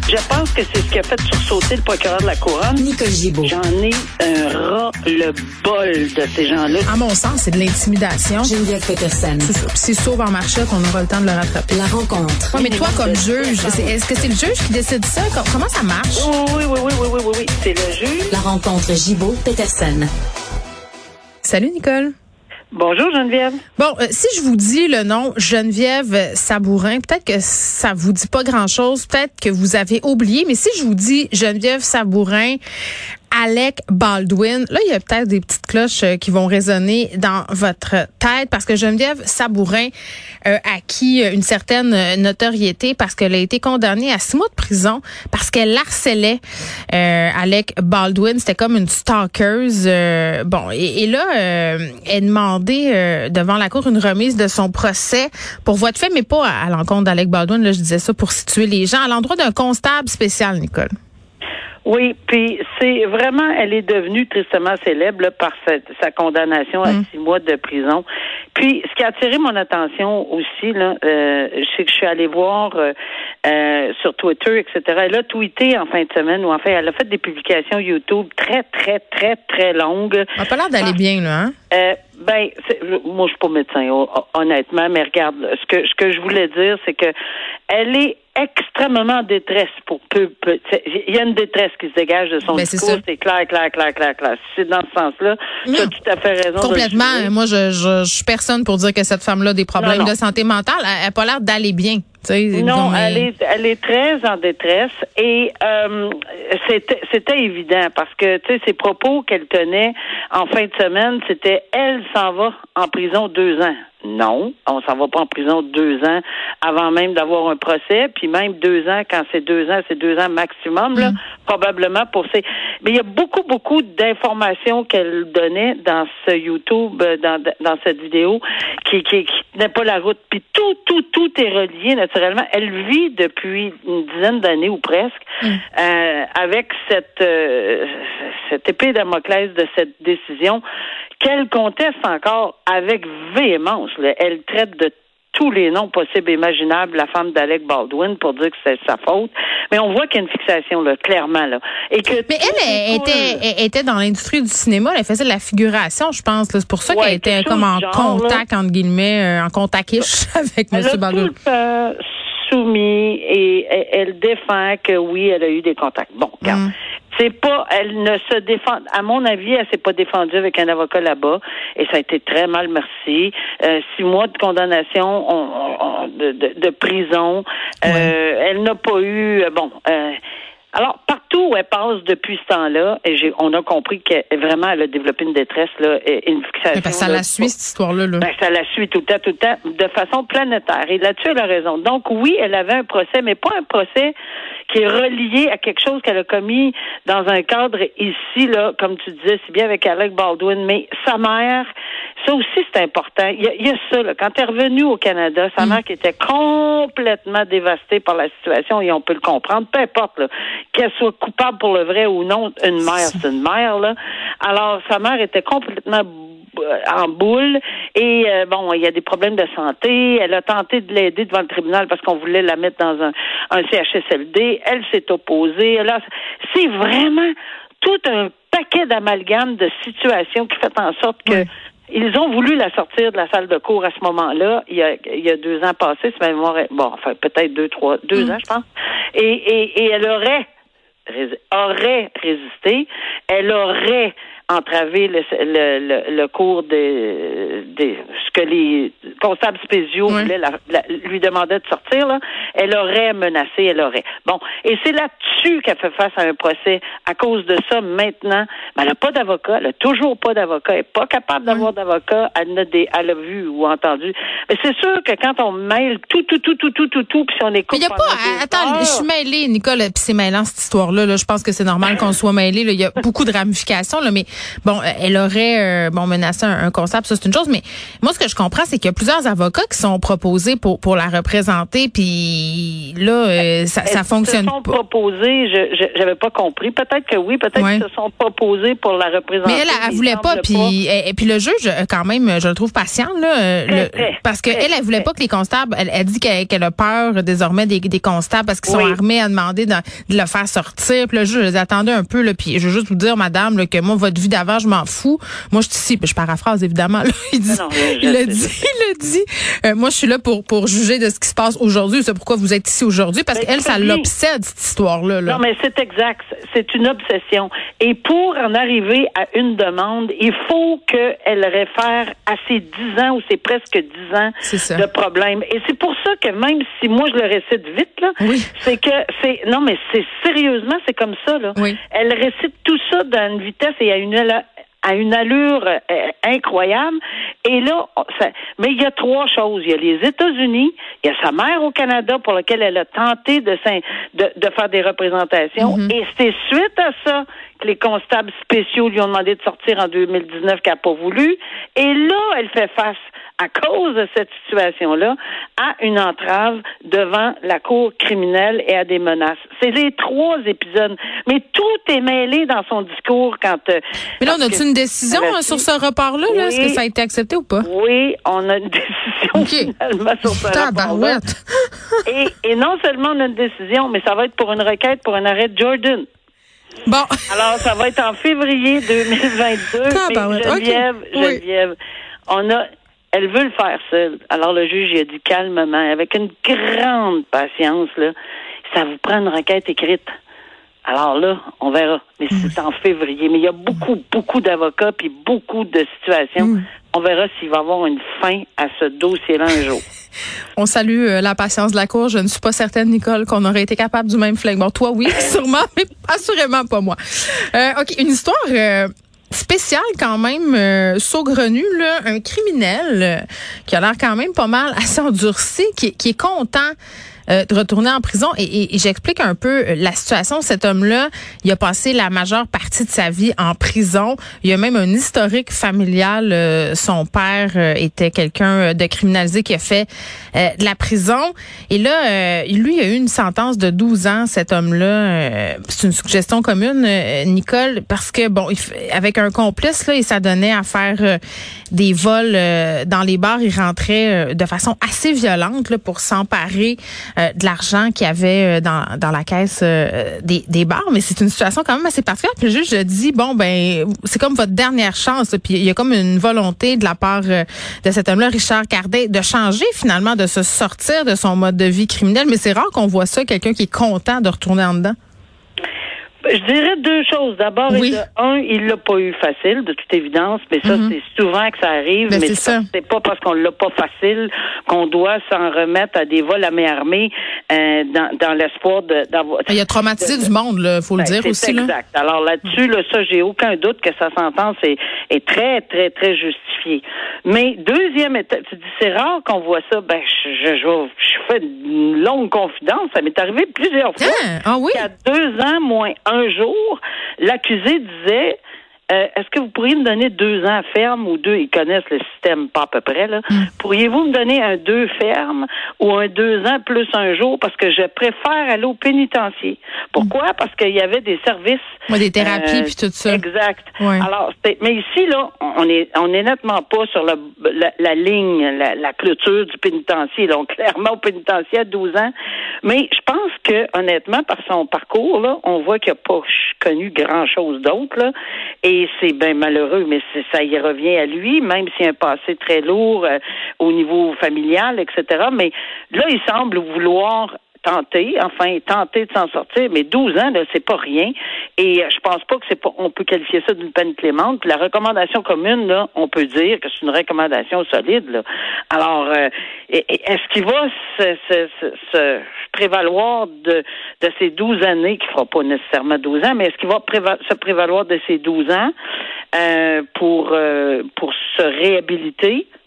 Je pense que c'est ce qui a fait sursauter le procureur de la Couronne. Nicole Gibault. J'en ai un ras-le-bol de ces gens-là. À mon sens, c'est de l'intimidation. Geneviève Peterson. C'est ça. Puis c'est sauve en marchette, on aura le temps de le rattraper. La rencontre. Ouais, mais toi, comme juge, est-ce que c'est le juge qui décide ça? Comment ça marche? Oui. C'est le juge. La rencontre Gibault-Peterson. Salut, Nicole. Bonjour, Geneviève. Bon, si je vous dis le nom Geneviève Sabourin, peut-être que ça vous dit pas grand-chose, peut-être que vous avez oublié, mais si je vous dis Geneviève Sabourin, Alec Baldwin, là, il y a peut-être des petites cloches qui vont résonner dans votre tête parce que Geneviève Sabourin a acquis une certaine notoriété parce qu'elle a été condamnée à 6 mois de prison parce qu'elle harcelait Alec Baldwin. C'était comme une stalkeuse. Et là, elle demandait devant la cour une remise de son procès pour voie de fait, mais pas à l'encontre d'Alec Baldwin. Là, je disais ça pour situer les gens, à l'endroit d'un constable spécial, Nicole. Oui, puis c'est vraiment, elle est devenue tristement célèbre là, par sa condamnation à 6 mois de prison. Puis, ce qui a attiré mon attention aussi, là, c'est que je suis allée voir sur Twitter, etc. Elle a tweeté en fin de semaine, ou enfin, elle a fait des publications YouTube très longues. Elle n'a pas l'air d'aller bien, là, hein? Moi, je suis pas médecin, honnêtement, mais regarde, ce que je voulais dire, c'est que elle est extrêmement en détresse pour peu. Il y a une détresse qui se dégage de son discours, c'est clair. Si c'est dans ce sens-là, tu as tout à fait raison. Complètement. Moi, je suis personne pour dire que cette femme-là a des problèmes de santé mentale. Elle n'a pas l'air d'aller bien. Non, elle est très en détresse et c'était évident parce que tu sais ses propos qu'elle tenait en fin de semaine, c'était elle s'en va en prison 2 ans. Non, on s'en va pas en prison 2 ans avant même d'avoir un procès, puis même 2 ans quand c'est 2 ans maximum là, probablement pour ces. Mais il y a beaucoup d'informations qu'elle donnait dans ce YouTube, dans cette vidéo qui tenait pas la route. Puis tout est relié naturellement. Elle vit depuis une dizaine d'années ou presque avec cette épée Damoclès de cette décision qu'elle conteste encore avec véhémence. Là. Elle traite de tous les noms possibles et imaginables la femme d'Alec Baldwin pour dire que c'est sa faute. Mais on voit qu'il y a une fixation, là, clairement. Là. Et que mais elle était dans l'industrie du cinéma. Elle faisait de la figuration, je pense. Là. C'est pour ça qu'elle était comme en contact, entre guillemets, en contact-ish avec M. Baldwin. Soumis et elle défend que oui, elle a eu des contacts. Bon, regarde. Elle ne se défend, à mon avis, elle s'est pas défendue avec un avocat là-bas, et ça a été très mal, merci. 6 mois de condamnation, de prison. Elle n'a pas eu, alors, partout où elle passe depuis ce temps-là, on a compris qu'elle elle a développé une détresse, là, une fixation. Mais ça la suit, cette histoire-là, là. Ça la suit tout le temps, de façon planétaire. Et là-dessus, elle a raison. Donc, oui, elle avait un procès, mais pas un procès qui est relié à quelque chose qu'elle a commis dans un cadre ici, là, comme tu disais, si bien avec Alec Baldwin, mais sa mère, ça aussi, c'est important. Il y a ça, là. Quand elle est revenue au Canada, sa mère qui était complètement dévastée par la situation, et on peut le comprendre, peu importe, là, qu'elle soit coupable pour le vrai ou non, une mère, c'est une mère, là. Alors, sa mère était complètement en boule et il y a des problèmes de santé. Elle a tenté de l'aider devant le tribunal parce qu'on voulait la mettre dans un CHSLD. Elle s'est opposée. Là, c'est vraiment tout un paquet d'amalgames de situations qui fait en sorte que ils ont voulu la sortir de la salle de cours à ce moment-là, il y a 2 ans passés, si ma mémoire peut-être 2 ans, je pense. Et elle aurait résisté, elle aurait entravé le cours de ce que les constables spéciaux voulaient lui demandaient de sortir, là. Elle aurait menacé, elle aurait. Bon, et c'est là-dessus qu'elle fait face à un procès. À cause de ça, maintenant, elle n'a pas d'avocat, elle n'a toujours pas d'avocat, elle n'est pas capable d'avoir d'avocat, elle a vu ou entendu. Mais c'est sûr que quand on mêle tout, puis si on écoute. Il y a pas. Attends, je suis mêlée, Nicole, puis c'est mêlant cette histoire-là. Là, je pense que c'est normal qu'on soit mêlé. Il y a beaucoup de ramifications, là, mais bon, elle aurait menacé un constable, ça c'est une chose, mais moi ce que je comprends, c'est qu'il y a plusieurs avocats qui sont proposés pour la représenter, puis là, ça fonctionne pas. Ils se sont proposés, j'avais pas compris. Peut-être que oui, peut-être qu'ils se sont proposés pour la représenter. Mais elle voulait pas, puis le juge, quand même, je le trouve patient, là, parce qu'elle voulait pas que les constables, elle dit qu'elle a peur désormais des constables parce qu'ils sont armés à demander de le faire sortir. Puis le juge les attendait un peu, là, puis je veux juste vous dire, madame, là, que moi, votre vie d'avant, je m'en fous. Moi, je suis ici, je paraphrase évidemment, là. Il a dit, moi, je suis là pour juger de ce qui se passe aujourd'hui. C'est pourquoi vous êtes ici aujourd'hui, parce qu'elle, ça l'obsède, cette histoire-là. Non, mais c'est exact. C'est une obsession. Et pour en arriver à une demande, il faut qu'elle réfère à ses 10 ans ou c'est presque 10 ans de problème. Et c'est pour ça que même si moi, je le récite vite, là, non, mais c'est sérieusement, c'est comme ça, là. Oui. Elle récite tout ça dans une vitesse et à une allure incroyable. Et là, mais il y a trois choses. Il y a les États-Unis, il y a sa mère au Canada pour laquelle elle a tenté de faire des représentations. Mm-hmm. Et c'est suite à ça que les constables spéciaux lui ont demandé de sortir en 2019 qu'elle n'a pas voulu. Et là, elle fait face, à cause de cette situation-là, à une entrave devant la cour criminelle et à des menaces. C'est les trois épisodes. Mais tout est mêlé dans son discours quand... Mais là, on a-tu une décision sur ce report-là? Là? Est-ce que ça a été accepté ou pas? Oui, on a une décision finalement sur ce report-là. Et non seulement on a une décision, mais ça va être pour une requête pour un arrêt de Jordan. Bon. Alors, ça va être en février 2022. Geneviève, elle veut le faire seule. Alors, le juge, il a dit calmement, avec une grande patience, là, ça vous prend une requête écrite. Alors là, on verra. Mais c'est en février. Mais il y a beaucoup d'avocats puis beaucoup de situations. On verra s'il va y avoir une fin à ce dossier-là un jour. On salue la patience de la Cour. Je ne suis pas certaine, Nicole, qu'on aurait été capable du même flingue. Bon, toi, oui, sûrement, mais assurément pas moi. OK, une histoire... spécial quand même, saugrenu, là, un criminel qui a l'air quand même pas mal assez endurci, qui est content de retourner en prison. Et j'explique un peu la situation. Cet homme-là, il a passé la majeure partie de sa vie en prison. Il y a même un historique familial. Son père était quelqu'un de criminalisé qui a fait de la prison. Et là, lui, il a eu une sentence de 12 ans, cet homme-là. C'est une suggestion commune, Nicole, parce que, bon, avec un complice, là, il s'adonnait à faire des vols dans les bars. Il rentrait de façon assez violente là, pour s'emparer de l'argent qu'il y avait dans la caisse des bars, mais c'est une situation quand même assez particulière. Puis le juge dit, bon, ben, c'est comme votre dernière chance. Puis il y a comme une volonté de la part de cet homme-là, Richard Cardet, de changer finalement, de se sortir de son mode de vie criminel. Mais c'est rare qu'on voit ça, quelqu'un qui est content de retourner en dedans. Je dirais deux choses. D'abord, il l'a pas eu facile, de toute évidence, mais ça, c'est souvent que ça arrive, mais c'est pas parce qu'on l'a pas facile qu'on doit s'en remettre à des vols à main armée dans l'espoir d'avoir... Il a traumatisé du monde, là, faut le dire aussi. C'est exact. Là. Alors là-dessus, ça, j'ai aucun doute que sa sentence est très, très, très justifiée. Mais deuxième étape, tu dis, c'est rare qu'on voit ça. Ben, je fais une longue confidence. Ça m'est arrivé plusieurs fois. Ah oui? Qu'à 2 ans moins un jour, l'accusé disait est-ce que vous pourriez me donner 2 ans ferme ou 2, ils connaissent le système pas à peu près, là. Pourriez-vous me donner un 2 ferme ou un 2 ans plus un jour parce que je préfère aller au pénitencier. Pourquoi? Parce qu'il y avait des services. Des thérapies puis tout ça. Exact. Ouais. Alors, mais ici, là, on est nettement pas sur la ligne, la clôture du pénitencier. Donc, clairement au pénitencier à 12 ans. Mais je pense que, honnêtement, par son parcours, là, on voit qu'il n'a pas connu grand-chose d'autre, là. Et c'est bien malheureux, mais ça y revient à lui, même s'il y a un passé très lourd au niveau familial, etc. Mais là, il semble vouloir tenter de s'en sortir, mais 12 ans, là, c'est pas rien. Et je pense pas que on peut qualifier ça d'une peine clémente. Puis la recommandation commune, là, on peut dire que c'est une recommandation solide, là. Alors, est-ce qu'il va se prévaloir de ces 12 années, qui fera pas nécessairement 12 ans, mais est-ce qu'il va se prévaloir de ces 12 ans pour se réhabiliter?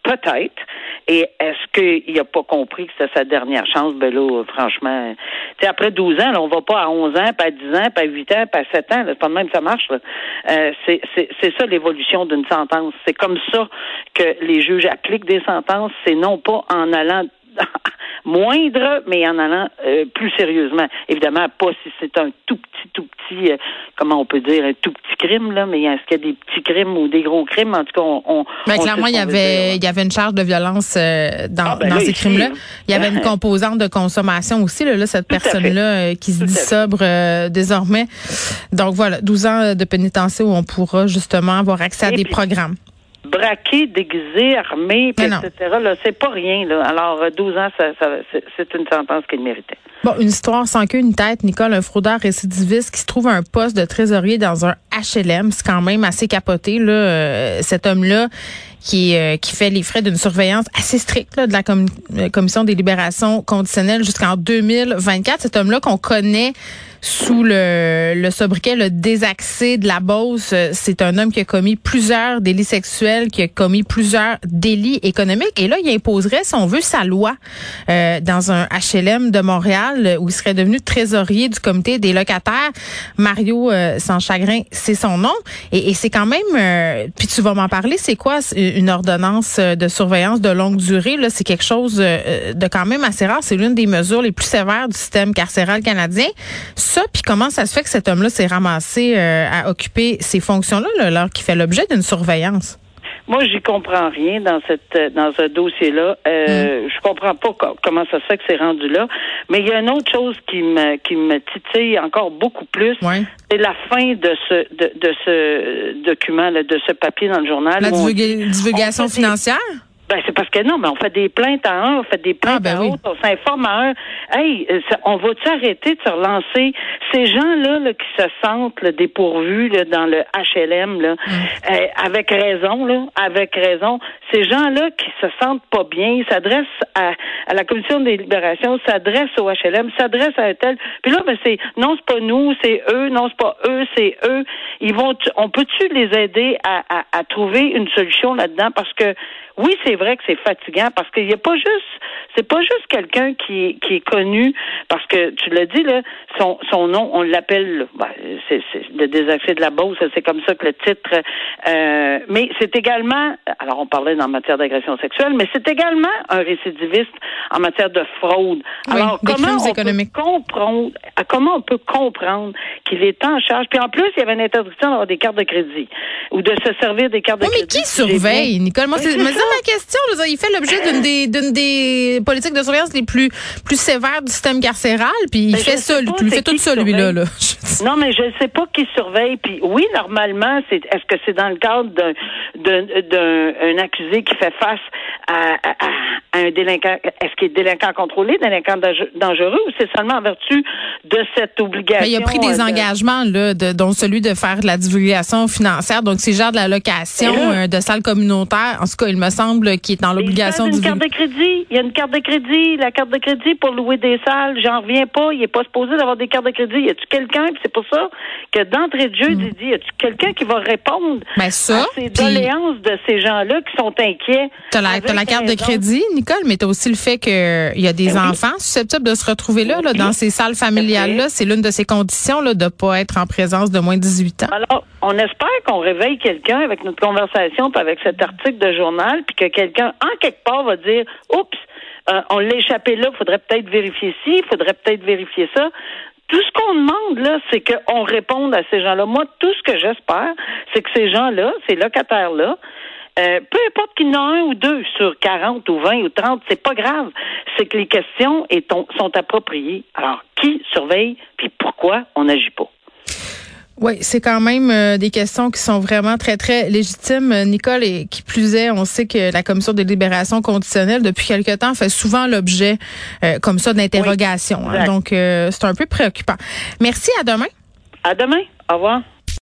Peut-être. Et est-ce qu'il n'a pas compris que c'était sa dernière chance? Ben là, franchement, tu sais, après 12 ans, là, on va pas à 11 ans, pas à 10 ans, pas à 8 ans, pas à 7 ans. Là, c'est pas de même que ça marche. Là. C'est ça l'évolution d'une sentence. C'est comme ça que les juges appliquent des sentences. C'est non pas en allant moindre, mais en allant plus sérieusement. Évidemment, pas si c'est un tout petit, comment on peut dire, un tout petit crime, là, mais est-ce qu'il y a des petits crimes ou des gros crimes? En tout cas, mais clairement, il y avait une charge de violence dans ces crimes-là. Il y avait une composante de consommation aussi, là cette personne-là qui se dit sobre désormais. Donc voilà, 12 ans de pénitentiaire où on pourra justement avoir accès à des programmes. Braqué, déguisé, armé, etc. Là, c'est pas rien. Là. Alors, 12 ans, c'est une sentence qu'il méritait. Bon, une histoire sans queue ni tête, Nicole, un fraudeur récidiviste qui se trouve à un poste de trésorier dans un HLM. C'est quand même assez capoté, là. Cet homme-là qui fait les frais d'une surveillance assez stricte là, de la Commission des libérations conditionnelles jusqu'en 2024. Cet homme-là qu'on connaît sous le sobriquet, le désaxé de la Beauce, c'est un homme qui a commis plusieurs délits sexuels, qui a commis plusieurs délits économiques. Et là, il imposerait, si on veut, sa loi dans un HLM de Montréal où il serait devenu trésorier du comité des locataires. Mario Sanschagrin, c'est son nom. Et c'est quand même, puis tu vas m'en parler, c'est quoi une ordonnance de surveillance de longue durée? Là, c'est quelque chose de quand même assez rare. C'est l'une des mesures les plus sévères du système carcéral canadien. Ça, puis comment ça se fait que cet homme-là s'est ramassé à occuper ces fonctions-là, là, alors qu'il fait l'objet d'une surveillance? Moi, j'y comprends rien dans ce dossier-là. Je comprends pas comment ça se fait que c'est rendu là. Mais il y a une autre chose qui me titille encore beaucoup plus. Ouais. C'est la fin de ce document, là, de ce papier dans le journal. La divulgation financière? Ben, c'est parce que non, mais on fait des plaintes à un, on fait des plaintes à l'autre, on s'informe à un. Hey, on va-tu arrêter de se relancer? Ces gens-là là, qui se sentent là, dépourvus là, dans le HLM, là, avec raison, ces gens-là qui se sentent pas bien, ils s'adressent à la Commission des libérations, s'adressent au HLM, s'adressent à un tel. Puis là, ben c'est non, c'est pas nous, c'est eux, non, c'est pas eux, c'est eux. On peut-tu les aider à trouver une solution là-dedans? Parce que oui, c'est vrai que c'est fatigant parce qu'il y a pas c'est pas juste quelqu'un qui est connu parce que tu l'as dit là, son nom, on l'appelle, c'est le désaxé de la Beauce, c'est comme ça que le titre. Mais c'est également, alors on parlait en matière d'agression sexuelle, mais c'est également un récidiviste en matière de fraude. Oui, alors comment on peut comprendre qu'il est en charge? Puis en plus, il y avait une interdiction d'avoir des cartes de crédit ou de se servir des cartes de crédit. Mais qui surveille, Nicole? Moi, c'est ma question. Là, il fait l'objet d'une des politiques de surveillance les plus sévères du système carcéral, puis il fait ça, tu lui fais tout ça, lui-là. Là. Non, mais je ne sais pas qui surveille. Puis oui, normalement, est-ce que c'est dans le cadre d'un accusé qui fait face à un délinquant, est-ce qu'il est délinquant contrôlé, délinquant dangereux, ou c'est seulement en vertu de cette obligation? Mais il a pris des engagements, là, dont celui de faire de la divulgation financière, donc c'est genre de la location de salles communautaires. En tout cas, il me semble qu'il est dans l'obligation de carte de crédit. Il y a une carte de crédit, la carte de crédit pour louer des salles. J'en reviens pas. Il est pas supposé d'avoir des cartes de crédit. Y a-tu quelqu'un, puis c'est pour ça que d'entrée de jeu, Didi, y a-tu quelqu'un qui va répondre à ces doléances de ces gens-là qui sont inquiets? T'as la carte de crédit, Nicole, mais t'as aussi le fait qu'il y a des enfants susceptibles de se retrouver là, dans ces salles familiales-là. C'est l'une de ces conditions là, de pas être en présence de moins de 18 ans. Alors, on espère qu'on réveille quelqu'un avec notre conversation, puis avec cet article de journal, puis que quelqu'un, en quelque part, va dire « Oups, on l'a échappé là, faudrait peut-être vérifier ci, faudrait peut-être vérifier ça ». Tout ce qu'on demande, là, c'est qu'on réponde à ces gens-là. Moi, tout ce que j'espère, c'est que ces gens-là, ces locataires-là, peu importe qu'il y en a un ou deux sur 40 ou 20 ou 30, c'est pas grave. C'est que les questions sont appropriées. Alors, qui surveille, puis pourquoi on n'agit pas? Oui, c'est quand même des questions qui sont vraiment très, très légitimes, Nicole, et qui plus est, on sait que la Commission des libérations conditionnelles, depuis quelque temps, fait souvent l'objet comme ça d'interrogations. Oui, donc, c'est un peu préoccupant. Merci, à demain. À demain. Au revoir.